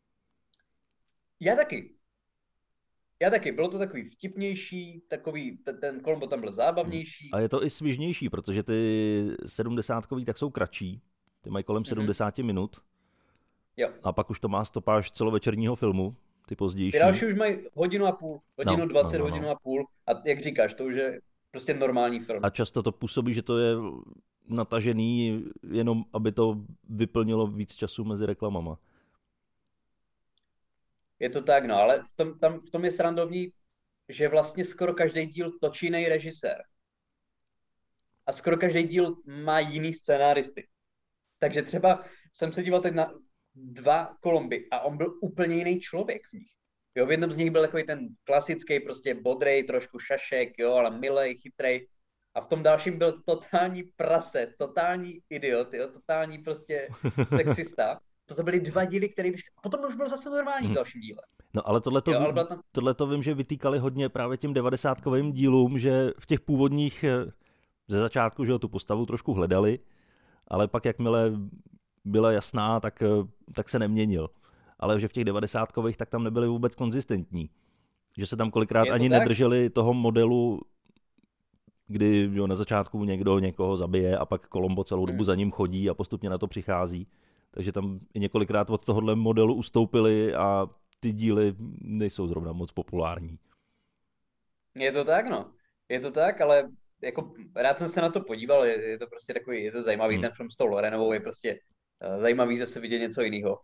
Já taky, bylo to takový vtipnější, takový, ten Columbo tam byl zábavnější. A je to i svižnější, protože ty 70kový tak jsou kratší, ty mají kolem 70 minut. Jo. A pak už to má stopáž celovečerního filmu, ty pozdější. Ty další už mají hodinu a půl, hodinu 20, hodinu a půl. A jak říkáš, to už je prostě normální film. A často to působí, že to je natažený jenom, aby to vyplnilo víc času mezi reklamama. Je to tak, no, ale v tom je srandovní, že vlastně skoro každý díl točí jiný režisér. A skoro každý díl má jiný scénáristy. Takže třeba jsem se díval teď na 2 Kolumby a on byl úplně jiný člověk v nich. Jo, v jednom z nich byl takový ten klasický, prostě bodrej, trošku šašek, jo, ale milej, chytrej. A v tom dalším byl totální prase, totální idiot, jo, totální prostě sexista. To byly 2 díly, které vyšly. A potom už byl zase normální v dalším díle. No ale tohleto vím, že vytýkali hodně právě těm 90kovým dílům, že v těch původních ze začátku, že tu postavu trošku hledali, ale pak jakmile byla jasná, tak se neměnil. Ale že v těch 90kových tak tam nebyli vůbec konzistentní. Že se tam kolikrát ani nedrželi toho modelu, kdy jo, na začátku někdo někoho zabije a pak Columbo celou dobu za ním chodí a postupně na to přichází. Takže tam i několikrát od tohohle modelu ustoupili a ty díly nejsou zrovna moc populární. Je to tak, no. Je to tak, ale jako rád jsem se na to podíval, je to prostě takový, je to zajímavý, ten film s tou Lorenovou je prostě zajímavý zase vidět něco jiného.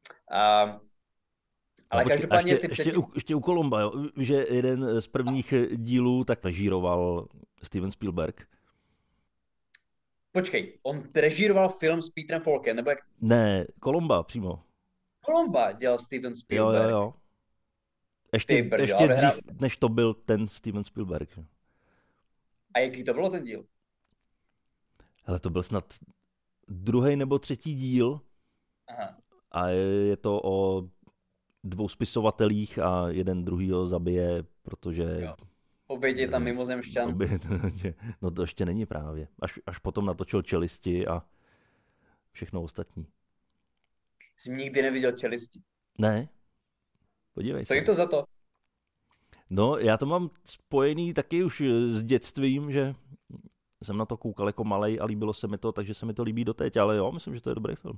Ale každopádně ještě u Columba, jo, že jeden z prvních dílů tak režíroval Steven Spielberg. Počkej, on režíroval film s Petrem Falkem, nebo jak? Ne, Columba přímo. Columba dělal Steven Spielberg. Jo. Ještě dřív, než to byl ten Steven Spielberg. A jaký to bylo ten díl? Hele, to byl snad 2. nebo 3. díl. Aha. A je to o dvou spisovatelích a jeden druhýho zabije, protože... Jo. Oběť je tam mimozemšťan. No to ještě není právě. Až potom natočil Čelisti a všechno ostatní. Jsi nikdy neviděl Čelisti. Ne? Podívej se. Co je to za to? No, já to mám spojený taky už s dětstvím, že jsem na to koukal jako malej a líbilo se mi to, takže se mi to líbí doteď, ale jo, myslím, že to je dobrý film.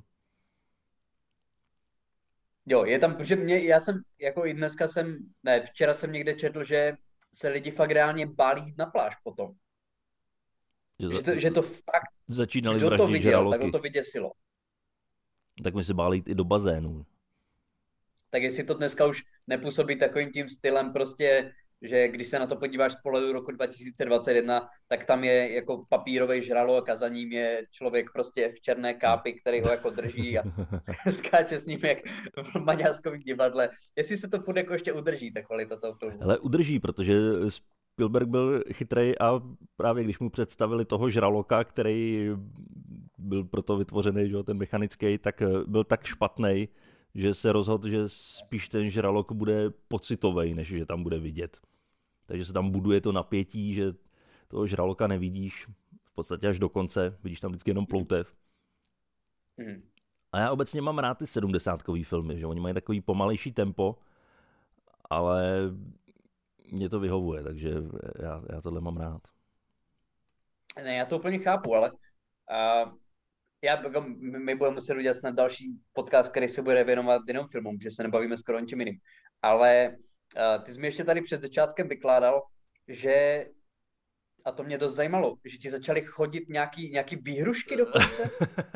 Jo, je tam, protože já jsem, jako i dneska včera jsem někde četl, že se lidi fakt reálně bálí jít na pláž potom. Že to fakt, začínali kdo to vraždit viděl, žraloky. tak ho to vyděsilo. Tak mi se báli jít i do bazénu. Tak jestli to dneska už nepůsobí takovým tím stylem prostě, že když se na to podíváš z pohledu roku 2021, tak tam je jako papírový žralok a za ním je člověk prostě v černé kápi, který ho jako drží a skáče s ním jak v maďarskovém divadle. Jestli se to furt jako ještě udrží, ta kvalita toho filmu. Ale udrží, protože Spielberg byl chytrej a právě když mu představili toho žraloka, který byl proto vytvořený, že ten mechanický, tak byl tak špatnej, že se rozhodl, že spíš ten žralok bude pocitovej, než že tam bude vidět. Takže se tam buduje to napětí, že toho žraloka nevidíš v podstatě až do konce, vidíš tam vždycky jenom ploutev. A já obecně mám rád ty 70kový filmy, že oni mají takový pomalejší tempo, ale mě to vyhovuje, takže já tohle mám rád. Ne, já to úplně chápu, ale my budeme muset udělat snad další podcast, který se bude věnovat jenom filmům, že se nebavíme skoro o ničem jiným. Ale ty jsi mi ještě tady před začátkem vykládal, že, a to mě dost zajímalo, že ti začaly chodit nějaký výhrušky dokonce?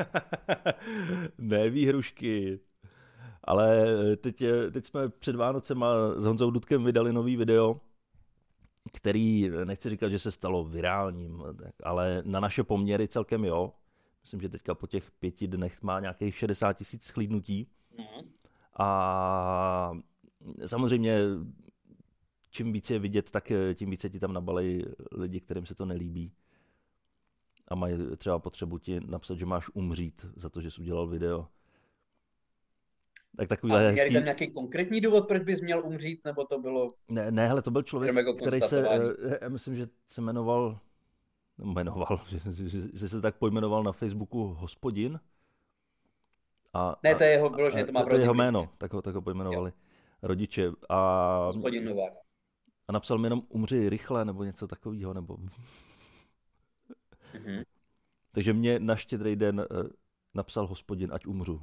Ne výhrušky, ale teď jsme před Vánocema s Honzou Dudkem vydali nový video, který, nechci říkat, že se stalo virálním, ale na naše poměry celkem jo. Myslím, že teďka po těch 5 dnech má nějakých 60 000 shlídnutí. A samozřejmě, čím více je vidět, tak tím více ti tam nabalej lidi, kterým se to nelíbí. A mají třeba potřebu ti napsat, že máš umřít za to, že jsi udělal video. Tak takovýhle hezký... hezký... tam nějaký konkrétní důvod, proč bys měl umřít, nebo to bylo... Ne, hele, to byl člověk, jako který se, já myslím, že se jmenoval, že se tak pojmenoval na Facebooku Hospodin. Ne, to je jeho, vyloženě to má to je jeho jméno, tak ho pojmenovali rodiče. A Hospodin Novák. A napsal mi jenom umři rychle, nebo něco takového, nebo... Takže mě na Štědrý den napsal Hospodin, ať umřu.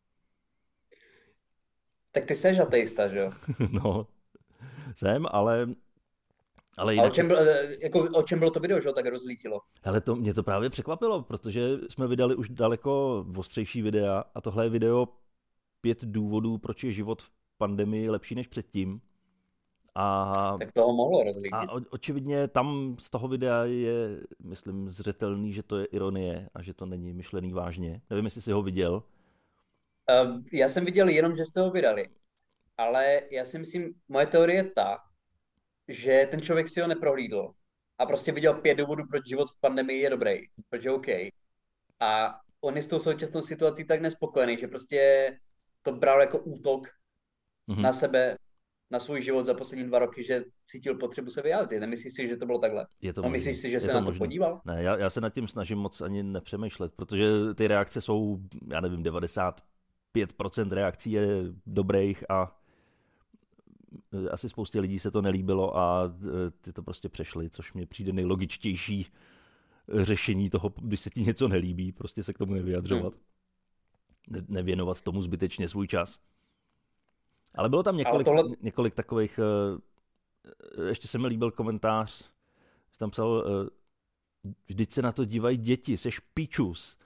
Tak ty seš ateista, že jo? No, jsem, ale jinak... A o čem bylo to video, že ho tak rozlítilo? Ale mě to právě překvapilo, protože jsme vydali už daleko ostřejší videa a tohle je video 5 důvodů, proč je život v pandemii lepší než předtím. Tak toho mohlo rozlítit. A očividně tam z toho videa je, myslím, zřetelný, že to je ironie a že to není myšlený vážně. Nevím, jestli jsi ho viděl. Já jsem viděl jenom, že jste ho vydali. Ale já si myslím, moje teorie je ta, že ten člověk si ho neprohlídl a prostě viděl 5 důvodů, proč život v pandemii je dobrý, proč je OK. A on je s tou současnou situací tak nespokojený, že prostě to bral jako útok na sebe, na svůj život za poslední 2 roky, že cítil potřebu se vyjádřit. Nemyslíš si, že to bylo takhle? Myslíš si, že se na to podíval? Ne, já se nad tím snažím moc ani nepřemýšlet, protože ty reakce jsou, já nevím, 95% reakcí je dobrých a asi spoustě lidí se to nelíbilo a ty to prostě přešli, což mi přijde nejlogičtější řešení toho, když se ti něco nelíbí, prostě se k tomu nevyjadřovat. Nevěnovat tomu zbytečně svůj čas. Ale bylo tam několik takových, ještě se mi líbil komentář, že tam psal, vždyť se na to dívají děti, seš pičus.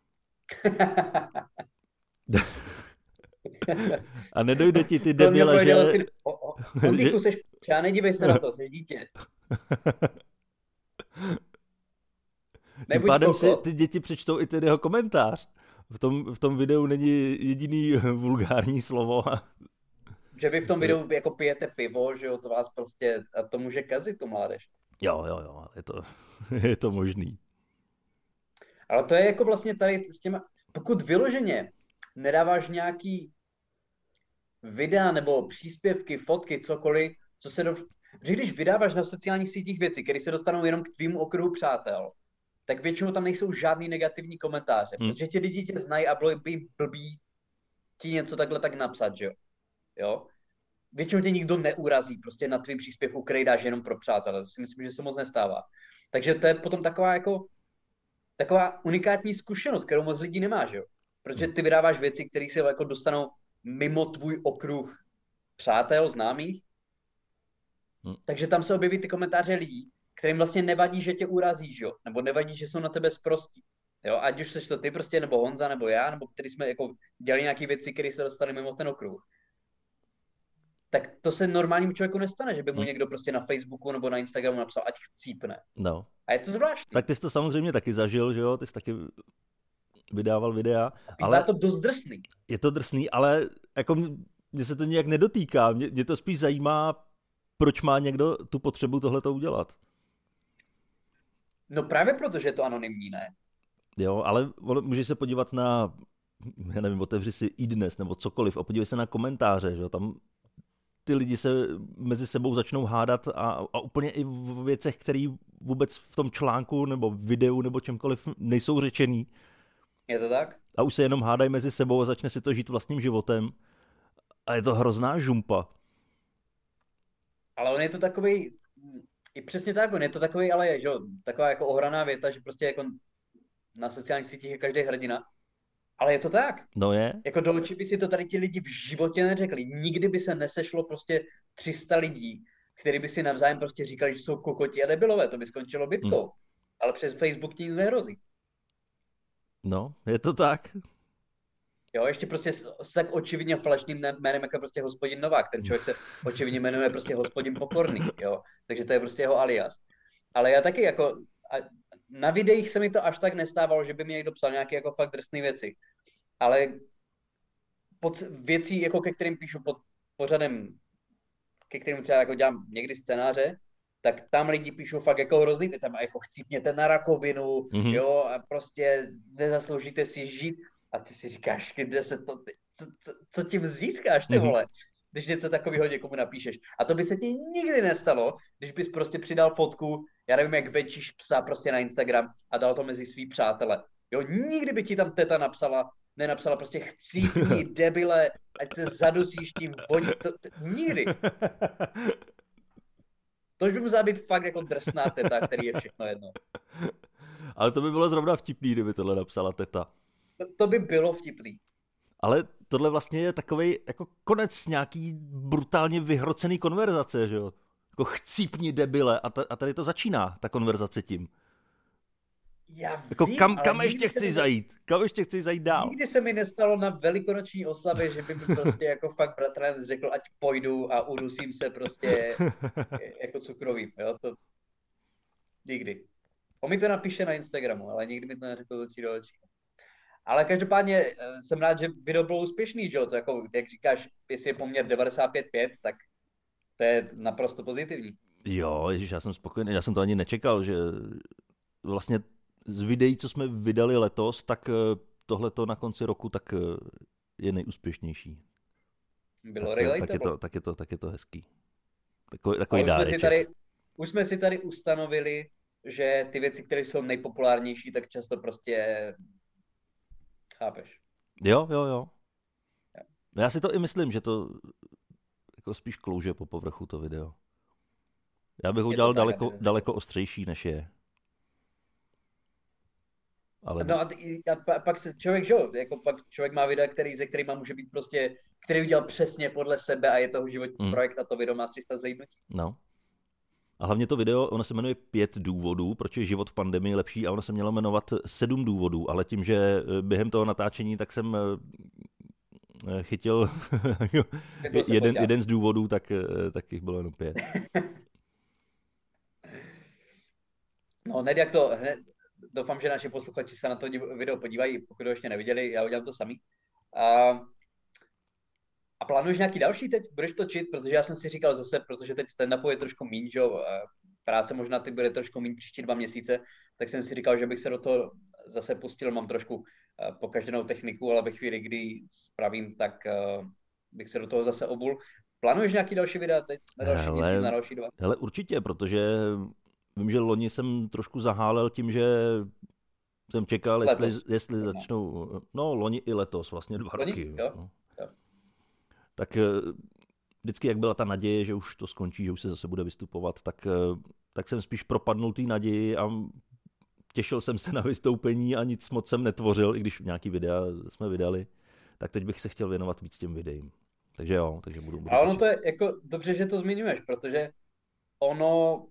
A nedojde ti ty debile, že... Honzíku, seš piča, nedívej se na to, seš dítě. Tím pádem si ty děti přečtou i ten jeho komentář. V tom videu není jediný vulgární slovo. Že vy v tom videu jako pijete pivo, že jo, to vás prostě, a to může kazit tu mládež. Jo, je to možný. Ale to je jako vlastně tady s těma, pokud vyloženě nedáváš nějaký videa nebo příspěvky, fotky, cokoliv, co se Že když vydáváš na sociálních sítích věci, které se dostanou jenom k tvýmu okruhu přátel, tak většinou tam nejsou žádný negativní komentáře, protože ti lidi tě znají a bylo by jim blbý ti něco takhle tak napsat, že jo? Většinou tě nikdo neurazí prostě na tvým příspěvku, který dáš jenom pro přátelé. To si myslím, že se moc nestává. Takže to je potom taková unikátní zkušenost, kterou moc lidí nemá, že jo? Protože ty vydáváš věci, které se jako dostanou mimo tvůj okruh přátel, známých. Takže tam se objeví ty komentáře lidí, kterým vlastně nevadí, že tě urazí, že jo? Nebo nevadí, že jsou na tebe sprostí. Jo, ať už seš to ty prostě, nebo Honza, nebo já, nebo který jsme jako dělali nějaké věci, které se dostaly mimo ten okruh. Tak to se normálnímu člověku nestane, že by mu někdo prostě na Facebooku nebo na Instagramu napsal, ať chcípne. No. A je to zvláštní. Tak ty jsi to samozřejmě taky zažil, že jo? Ty jsi taky vydával videa. Ale je to dost drsný. Je to drsný, ale jako mě se to nějak nedotýká. Mě to spíš zajímá, proč má někdo tu potřebu tohleto udělat. No právě proto, že je to anonymní, ne? Jo, ale můžeš se podívat na, já nevím, otevři si iDnes nebo cokoliv a podívej se na komentáře, že jo? Tam ty lidi se mezi sebou začnou hádat a úplně i v věcech, které vůbec v tom článku nebo videu nebo čemkoliv nejsou řečený. Je to tak? A už se jenom hádají mezi sebou a začne si to žít vlastním životem. A je to hrozná žumpa. Ale on je to takový, i přesně tak, on je to takový, ale je, že jo, taková jako ohraná věta, že prostě jako na sociálních sítích je každý hrdina. Ale je to tak. No je. Jako do očí by si to tady ti lidi v životě neřekli. Nikdy by se nesešlo prostě 300 lidí, kteří by si navzájem prostě říkali, že jsou kokoti a debilové. To by skončilo bitkou. Ale přes Facebook ti nic nehrozí. No, je to tak. Jo, ještě prostě s tak očividně falešným jménem jako prostě Hospodin Novák. Ten člověk se očividně jmenuje prostě Hospodin Pokorný, jo. Takže to je prostě jeho alias. Ale já taky jako, na videích se mi to až tak nestávalo, že by mi někdo psal nějaké jako fakt drsné věci. Ale věcí, jako ke kterým píšu pod pořadem, ke kterým třeba jako dělám někdy scénáře, tak tam lidi píšou fakt jako hrozný, tam jako chcípněte na rakovinu, jo, a prostě nezasloužíte si žít. A ty si říkáš, kde se to, co tím získáš, ty vole, když něco takového někomu napíšeš. A to by se ti nikdy nestalo, když bys prostě přidal fotku, já nevím, jak večíš psa prostě na Instagram a dal to mezi svý přátele. Jo, nikdy by ti tam teta nenapsala prostě chcípni, debile, ať se zadusíš tím nikdy. To už by musela být fakt jako drsná teta, který je všechno jedno. Ale to by bylo zrovna vtipný, kdyby tohle napsala teta. To by bylo vtipný. Ale tohle vlastně je takovej jako konec nějaký brutálně vyhrocený konverzace, že jo? Jako chcípni debile a tady to začíná, ta konverzace tím. Já vím, jako kam ještě chci zajít? Kam ještě chci zajít dál? Nikdy se mi nestalo na velikonoční oslavě, že by mi prostě jako fakt bratranec řekl, ať pojdu a udusím se prostě jako cukrovým, jo? To nikdy. On mi to napíše na Instagramu, ale nikdy mi to neřekl do očí do očí. Ale každopádně jsem rád, že video bylo úspěšný, že jo? To jako, jak říkáš, jestli je poměr 95-5, tak to je naprosto pozitivní. Jo, ježiš, já jsem spokojený, já jsem to ani nečekal, že vlastně z videí, co jsme vydali letos, tak tohleto na konci roku tak je nejúspěšnější. Bylo tak je to hezký. Takový dáreček. Už jsme si tady ustanovili, že ty věci, které jsou nejpopulárnější, tak často prostě chápeš. Jo. Já si to i myslím, že to jako spíš klouže po povrchu to video. Já bych ho udělal daleko ostřejší, než je. Ale... No a pak se člověk, že jo, jako pak člověk má videa, se kterýma může být prostě, který udělal přesně podle sebe a je toho životní projekt a to video má 300 zhlédnutí. No. A hlavně to video, ono se jmenuje 5 důvodů, proč je život v pandemii lepší a ono se mělo jmenovat 7 důvodů, ale tím, že během toho natáčení tak jsem chytil jeden z důvodů, tak jich bylo jenom 5. No hned doufám, že naši posluchači se na to video podívají, pokud ho ještě neviděli, já udělám to samý. A plánuješ nějaký další teď? Budeš točit? Protože já jsem si říkal zase, protože teď stand-upu je trošku míň, že jo, práce možná ty bude trošku míň příští 2 měsíce, tak jsem si říkal, že bych se do toho zase pustil, mám trošku pokažděnou techniku, ale ve chvíli, kdy spravím, tak bych se do toho zase obul. Plánuješ nějaký další videa teď? Na další měsíc, na další 2? Hele, určitě, protože vím, že loni jsem trošku zahálel tím, že jsem čekal, jestli začnou, no loni i letos, vlastně 2 roky. Jo? No. Tak vždycky, jak byla ta naděje, že už to skončí, že už se zase bude vystupovat, tak jsem spíš propadnul té naději a těšil jsem se na vystoupení a nic moc jsem netvořil, i když nějaký videa jsme vydali, tak teď bych se chtěl věnovat víc těm videím. Takže jo, takže budu a ono to je jako dobře, že to zmiňuješ, protože ono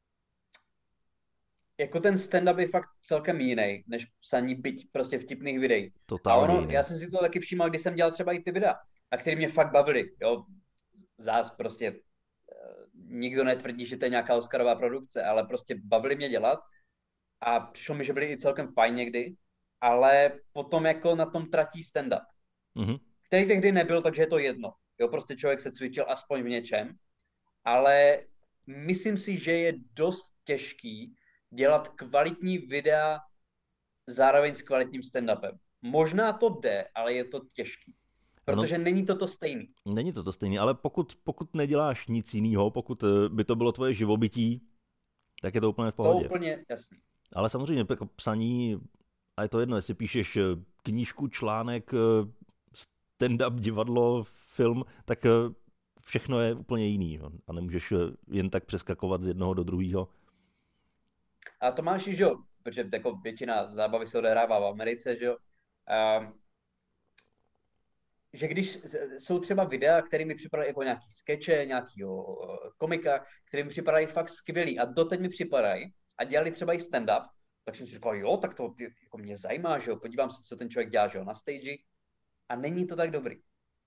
jako ten stand-up je fakt celkem jiný, než psaní byť prostě vtipných videí. Totálně a ono, já jsem si to taky všímal, když jsem dělal třeba i ty videa, a který mě fakt bavili, jo. Zás prostě nikdo netvrdí, že to je nějaká Oscarová produkce, ale prostě bavili mě dělat a přišlo mi, že byli i celkem fajn někdy, ale potom jako na tom tratí stand-up, který tehdy nebyl, takže je to jedno. Jo, prostě člověk se cvičil aspoň v něčem, ale myslím si, že je dost těžký dělat kvalitní videa zároveň s kvalitním stand-upem. Možná to jde, ale je to těžký. Protože není to stejný. Není to stejný, ale pokud neděláš nic jiného, pokud by to bylo tvoje živobytí, tak je to úplně v pohodě. To úplně jasný. Ale samozřejmě jako psaní, a je to jedno, jestli píšeš knížku, článek, stand-up, divadlo, film, tak všechno je úplně jiný. Jo? A nemůžeš jen tak přeskakovat z jednoho do druhého. A to máš, že jo, protože jako většina zábavy se odehrává v Americe, že jo. Že když jsou třeba videa, které mi připadají jako nějaký skeče, nějakýho komika, které mi připadají fakt skvělý a doteď mi připadají a dělali třeba i stand-up, tak jsem si říkal, jo, tak to jako mě zajímá, že jo, podívám se, co ten člověk dělá, že jo, na stage a není to tak dobrý.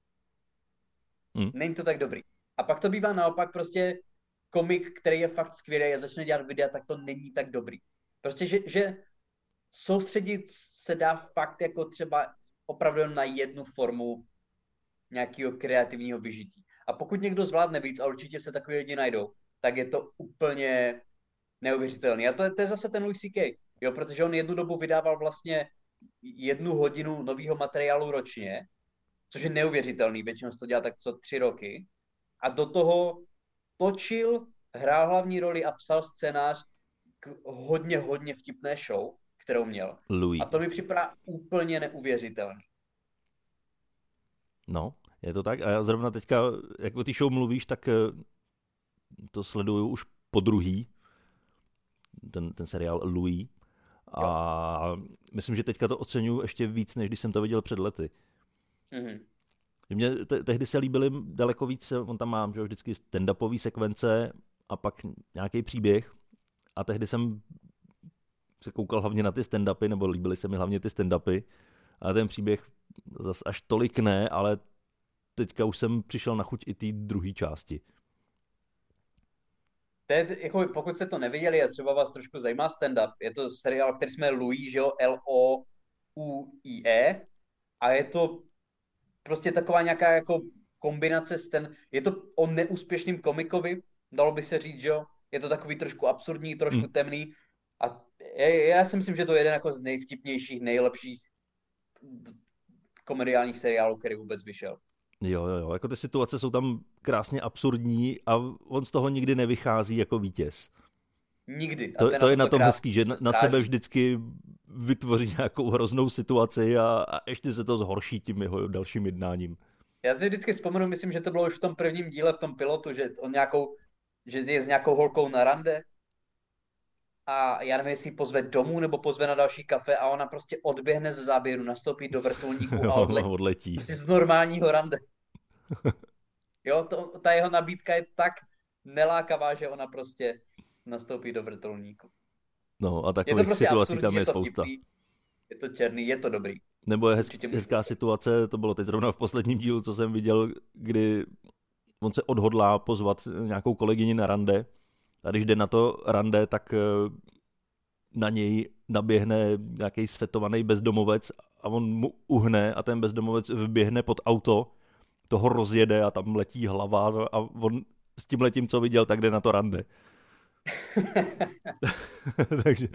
Není to tak dobrý. A pak to bývá naopak prostě komik, který je fakt skvělý a začne dělat videa, tak to není tak dobrý. Prostě, že soustředit se dá fakt jako třeba opravdu na jednu formu nějakého kreativního vyžití. A pokud někdo zvládne víc, a určitě se takový lidi najdou, tak je to úplně neuvěřitelný. A to je zase ten Louis C.K., jo, protože on jednu dobu vydával vlastně 1 hodinu nového materiálu ročně, což je neuvěřitelný, většinou se to dělá tak co 3 roky. A do toho točil, hrál hlavní roli a psal scénář k hodně vtipné show, kterou měl. Louis. A to mi připadá úplně neuvěřitelný. No, je to tak. A já zrovna teďka, jak o té show mluvíš, tak to sleduju už po druhý, ten seriál Louis. A myslím, že teďka to oceňuju ještě víc, než když jsem to viděl před lety. Mně tehdy se líbily daleko víc, on tam má vždycky stand-upové sekvence a pak nějaký příběh. A tehdy jsem se koukal hlavně na ty stand-upy, nebo líbily se mi hlavně ty stand-upy. A ten příběh zas až tolik ne, ale teďka už jsem přišel na chuť i té druhé části. Jako, pokud jste to neviděli a třeba vás trošku zajímá stand-up, je to seriál, který jsme Louis, že jo, L-O-U-I-E, a je to prostě taková nějaká jako kombinace je to o neúspěšným komikovi, dalo by se říct, že jo, je to takový trošku absurdní, trošku temný a já si myslím, že to je jeden jako z nejvtipnějších, nejlepších komediálních seriálů, který vůbec vyšel. Jo, jako ty situace jsou tam krásně absurdní a on z toho nikdy nevychází jako vítěz. Nikdy. To je na tom hezký, že na sebe vždycky vytvoří nějakou hroznou situaci a ještě se to zhorší tím jeho dalším jednáním. Já si vždycky vzpomenu, myslím, že to bylo už v tom prvním díle, v tom pilotu, že je s nějakou holkou na rande a já nevím, jestli ji pozve domů nebo pozve na další kafe a ona prostě odběhne ze záběru, nastoupí do vrtulníku a odletí. Prostě z normálního rande. Jo, ta jeho nabídka je tak nelákavá, že ona prostě nastoupí do vrtulníku. No a takových prostě situací tam je spousta. Vtipný, je to černý, je to dobrý. Nebo je hezká situace, to bylo teď zrovna v posledním dílu, co jsem viděl, kdy on se odhodlá pozvat nějakou kolegyni na rande a když jde na to rande, tak na něj naběhne nějaký svetovaný bezdomovec a on mu uhne a ten bezdomovec vběhne pod auto, toho rozjede a tam letí hlava a on s tím letím, co viděl, tak jde na to rande. Takže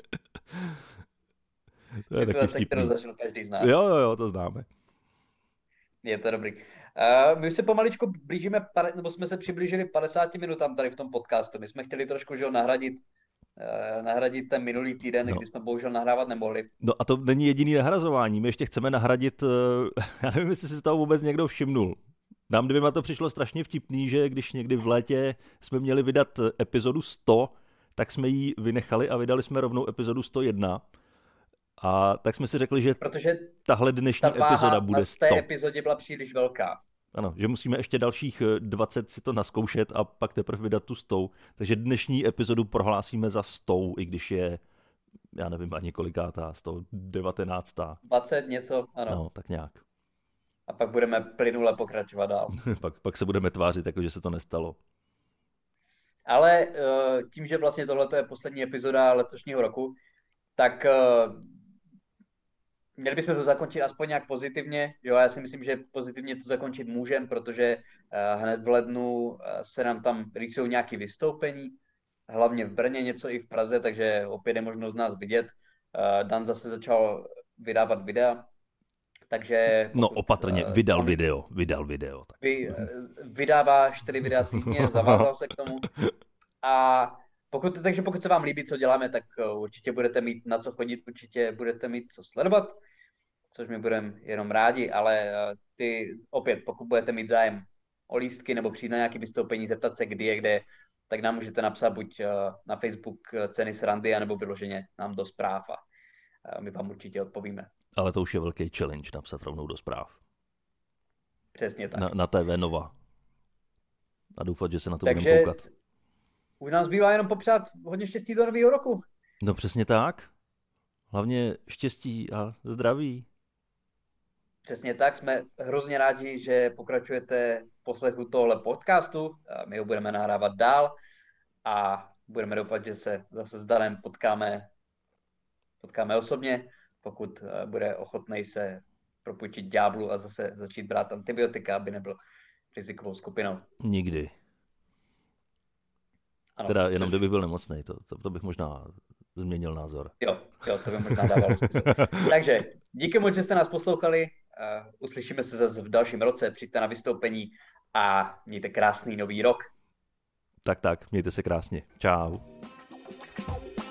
to je situace, kterou zažil každý z nás. Jo, to známe. Je to dobrý. My už se pomaličku blížíme, nebo jsme se přiblížili 50 minutám tady v tom podcastu. My jsme chtěli trošku, že nahradit ten minulý týden, kdy jsme bohužel nahrávat nemohli. No a to není jediný nahrazování. My ještě chceme nahradit, já nevím, jestli si z toho vůbec někdo všimnul. Nám dvěma to přišlo strašně vtipný, že když někdy v létě jsme měli vydat epizodu 100, tak jsme ji vynechali a vydali jsme rovnou epizodu 101. A tak jsme si řekli, že protože tahle dnešní epizoda bude 100. Ta té epizodě byla příliš velká. Ano, že musíme ještě dalších 20 si to naskoušet a pak teprve vydat tu 100. Takže dnešní epizodu prohlásíme za 100, i když je, já nevím ani kolikátá, 119. 20 něco, ano. No, tak nějak. A pak budeme plynule pokračovat dál. pak se budeme tvářit, jako že se to nestalo. Ale tím, že vlastně tohle je poslední epizoda letošního roku, tak měli bychom to zakončit aspoň nějak pozitivně. Jo, já si myslím, že pozitivně to zakončit můžeme, protože hned v lednu se nám tam rýsují nějaké vystoupení, hlavně v Brně, něco i v Praze, takže opět je možnost nás vidět. Dan zase začal vydávat videa, takže... No opatrně, vydal video. Tak. Vydává 4 videa týdně, zavázal se k tomu. A pokud se vám líbí, co děláme, tak určitě budete mít na co chodit, určitě budete mít co sledovat, což my budeme jenom rádi, ale opět, pokud budete mít zájem o lístky nebo přijít na nějaké vystoupení, zeptat se, kdy je, kde, tak nám můžete napsat buď na Facebook Ceny srandy, anebo vyloženě nám do zpráv a my vám určitě odpovíme. Ale to už je velký challenge napsat rovnou do zpráv. Přesně tak. Na TV Nova. A doufat, že se na to budeme koukat. Už nám zbývá jenom popřát hodně štěstí do nového roku. No přesně tak. Hlavně štěstí a zdraví. Přesně tak, jsme hrozně rádi, že pokračujete v poslechu tohle podcastu. My ho budeme nahrávat dál a budeme doufat, že se zase s Danem potkáme osobně, pokud bude ochotnej se propůjčit ďáblu a zase začít brát antibiotika, aby nebyl rizikovou skupinou. Nikdy. Ano, teda jenom kdybych byl nemocnej, to bych možná změnil názor. Jo, to by možná dávalo smysl. Takže díky moc, že jste nás poslouchali. Uslyšíme se zase v dalším roce, přijďte na vystoupení a mějte krásný nový rok. Tak, mějte se krásně. Čau.